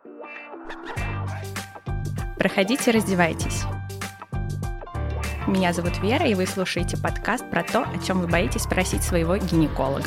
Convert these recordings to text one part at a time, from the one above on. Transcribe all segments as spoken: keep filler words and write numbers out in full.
Проходите, раздевайтесь. Меня зовут Вера, и вы слушаете подкаст про то, о чем вы боитесь спросить своего гинеколога.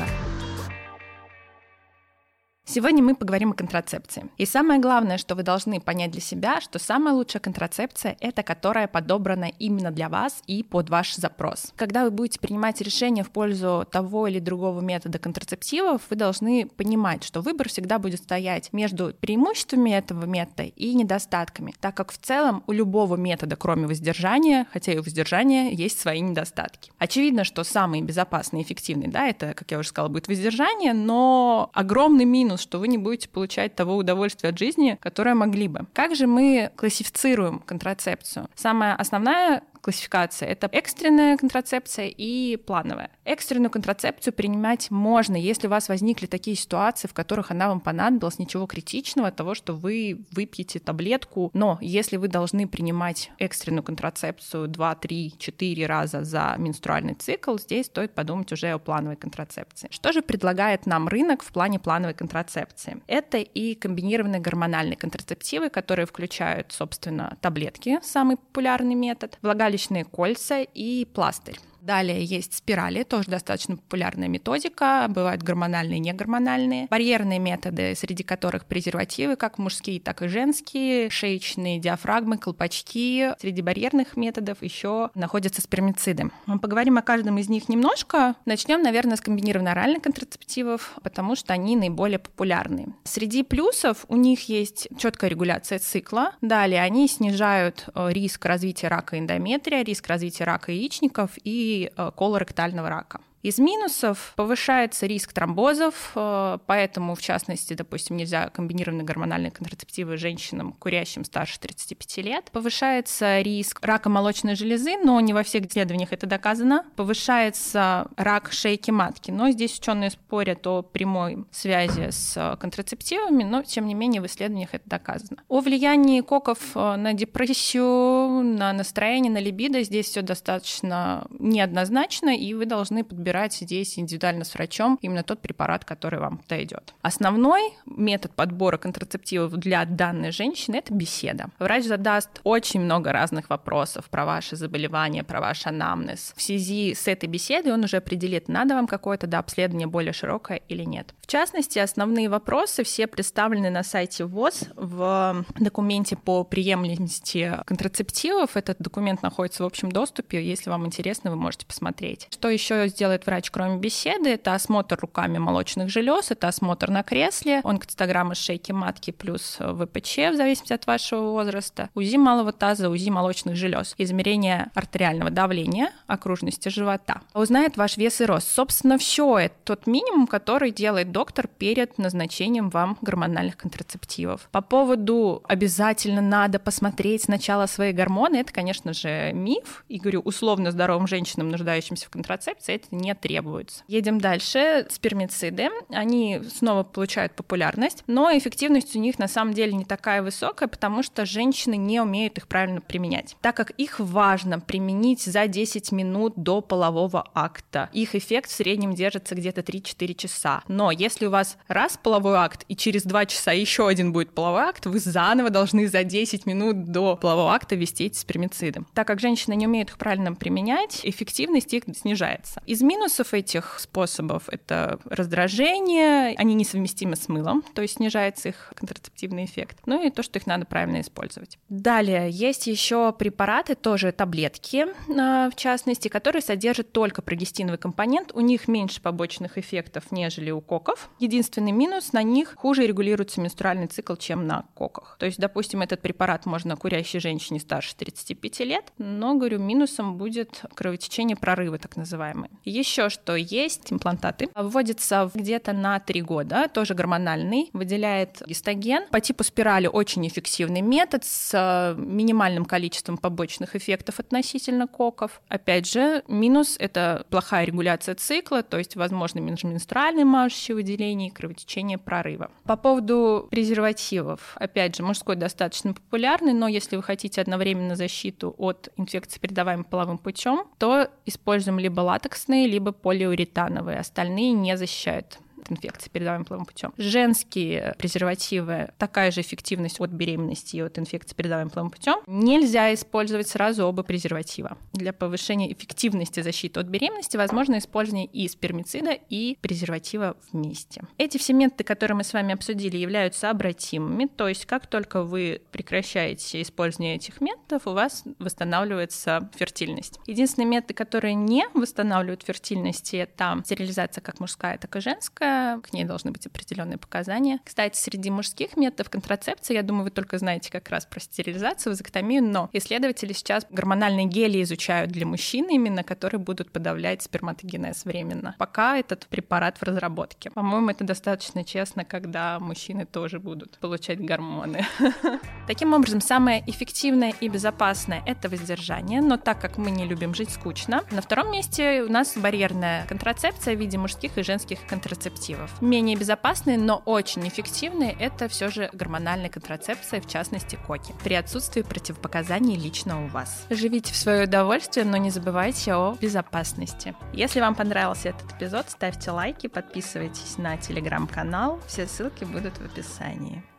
Сегодня мы поговорим о контрацепции. И самое главное, что вы должны понять для себя, что самая лучшая контрацепция — это которая подобрана именно для вас и под ваш запрос. Когда вы будете принимать решение в пользу того или другого метода контрацептивов, вы должны понимать, что выбор всегда будет стоять между преимуществами этого метода и недостатками, так как в целом у любого метода, кроме воздержания, хотя и у воздержания есть свои недостатки. Очевидно, что самый безопасный и эффективный, да, это, как я уже сказала, будет воздержание, но огромный минус, что вы не будете получать того удовольствия от жизни, которое могли бы. Как же мы классифицируем контрацепцию? Самая основная классификация — это экстренная контрацепция и плановая. Экстренную контрацепцию принимать можно, если у вас возникли такие ситуации, в которых она вам понадобилась, ничего критичного от того, что вы выпьете таблетку. Но если вы должны принимать экстренную контрацепцию два, три, четыре раза за менструальный цикл, здесь стоит подумать уже о плановой контрацепции. Что же предлагает нам рынок в плане плановой контрацепции? Это и комбинированные гормональные контрацептивы, которые включают, собственно, таблетки, самый популярный метод, влагалищные кольца и пластырь. Далее есть спирали, тоже достаточно популярная методика, бывают гормональные и негормональные. Барьерные методы, среди которых презервативы, как мужские, так и женские, шеечные диафрагмы, колпачки. Среди барьерных методов еще находятся спермициды. Мы поговорим о каждом из них немножко. Начнем, наверное, с комбинированных оральных контрацептивов, потому что они наиболее популярны. Среди плюсов у них есть четкая регуляция цикла. Далее они снижают риск развития рака эндометрия, риск развития рака яичников и колоректального рака. Из минусов повышается риск тромбозов, поэтому, в частности, допустим, нельзя комбинированные гормональные контрацептивы женщинам, курящим старше тридцати пяти лет. Повышается риск рака молочной железы, но не во всех исследованиях это доказано. Повышается рак шейки матки, но здесь ученые спорят о прямой связи с контрацептивами, но, тем не менее, в исследованиях это доказано. О влиянии коков на депрессию, на настроение, на либидо здесь все достаточно неоднозначно, и вы должны подбирать здесь индивидуально с врачом именно тот препарат, который вам подойдет. Основной метод подбора контрацептивов для данной женщины — это беседа. Врач задаст очень много разных вопросов про ваши заболевания, про ваш анамнез. В связи с этой беседой он уже определит, надо вам какое-то да, обследование более широкое или нет. В частности, основные вопросы все представлены на сайте ВОЗ в документе по приемлемости контрацептивов. Этот документ находится в общем доступе. Если вам интересно, вы можете посмотреть. Что еще сделает врач, кроме беседы? Это осмотр руками молочных желез, это осмотр на кресле, онкоцитограмма шейки матки плюс ВПЧ в зависимости от вашего возраста, УЗИ малого таза, УЗИ молочных желез, измерение артериального давления, окружности живота. Узнает ваш вес и рост. Собственно, все это тот минимум, который делает доктор перед назначением вам гормональных контрацептивов. По поводу обязательно надо посмотреть сначала свои гормоны, это, конечно же, миф. И говорю, условно здоровым женщинам, нуждающимся в контрацепции, это не требуется. Едем дальше. Спермициды. Они снова получают популярность, но эффективность у них на самом деле не такая высокая, потому что женщины не умеют их правильно применять. Так как их важно применить за десять минут до полового акта. Их эффект в среднем держится где-то три-четыре часа. Но если у вас раз половой акт и через два часа еще один будет половой акт, вы заново должны за десять минут до полового акта ввести эти спермициды. Так как женщины не умеют их правильно применять, эффективность их снижается. Из минусов этих способов — это раздражение, они несовместимы с мылом, то есть снижается их контрацептивный эффект, ну и то, что их надо правильно использовать. Далее, есть еще препараты, тоже таблетки, в частности, которые содержат только прогестиновый компонент, у них меньше побочных эффектов, нежели у коков. Единственный минус — на них хуже регулируется менструальный цикл, чем на коках. То есть, допустим, этот препарат можно курящей женщине старше тридцати пяти лет, но, говорю, минусом будет кровотечение прорыва, так называемое. Еще что есть, имплантаты. Вводится где-то на три года, тоже гормональный, выделяет гистоген. По типу спирали очень эффективный метод с минимальным количеством побочных эффектов относительно коков. Опять же, минус — это плохая регуляция цикла, то есть возможно межменструальные мажущие выделения и кровотечение прорыва. По поводу презервативов, опять же, мужской достаточно популярный, но если вы хотите одновременно защиту от инфекций, передаваемой половым путем, то используем либо латексные, либо полиуретановые, остальные не защищают. от инфекции, передаваемой половым путем. Женские презервативы, такая же эффективность от беременности и от инфекции, передаваемой половым путем. Нельзя использовать сразу оба презерватива. Для повышения эффективности защиты от беременности возможно использование и спермицида, и презерватива вместе. Эти все методы, которые мы с вами обсудили, являются обратимыми, то есть как только вы прекращаете использование этих методов, у вас восстанавливается фертильность. Единственные методы, которые не восстанавливают фертильность, это стерилизация как мужская, так и женская. К ней должны быть определенные показания. Кстати, среди мужских методов контрацепции, я думаю, вы только знаете как раз про стерилизацию, вазоктомию, но исследователи сейчас гормональные гели изучают для мужчин именно, которые будут подавлять сперматогенез временно. Пока этот препарат в разработке. По-моему, это достаточно честно, когда мужчины тоже будут получать гормоны. Таким образом, самое эффективное и безопасное — это воздержание, но так как мы не любим жить скучно, на втором месте у нас барьерная контрацепция в виде мужских и женских контрацептивов. Менее безопасные, но очень эффективные — это все же гормональная контрацепция, в частности коки, при отсутствии противопоказаний лично у вас. Живите в свое удовольствие, но не забывайте о безопасности. Если вам понравился этот эпизод, ставьте лайки, подписывайтесь на телеграм-канал, все ссылки будут в описании.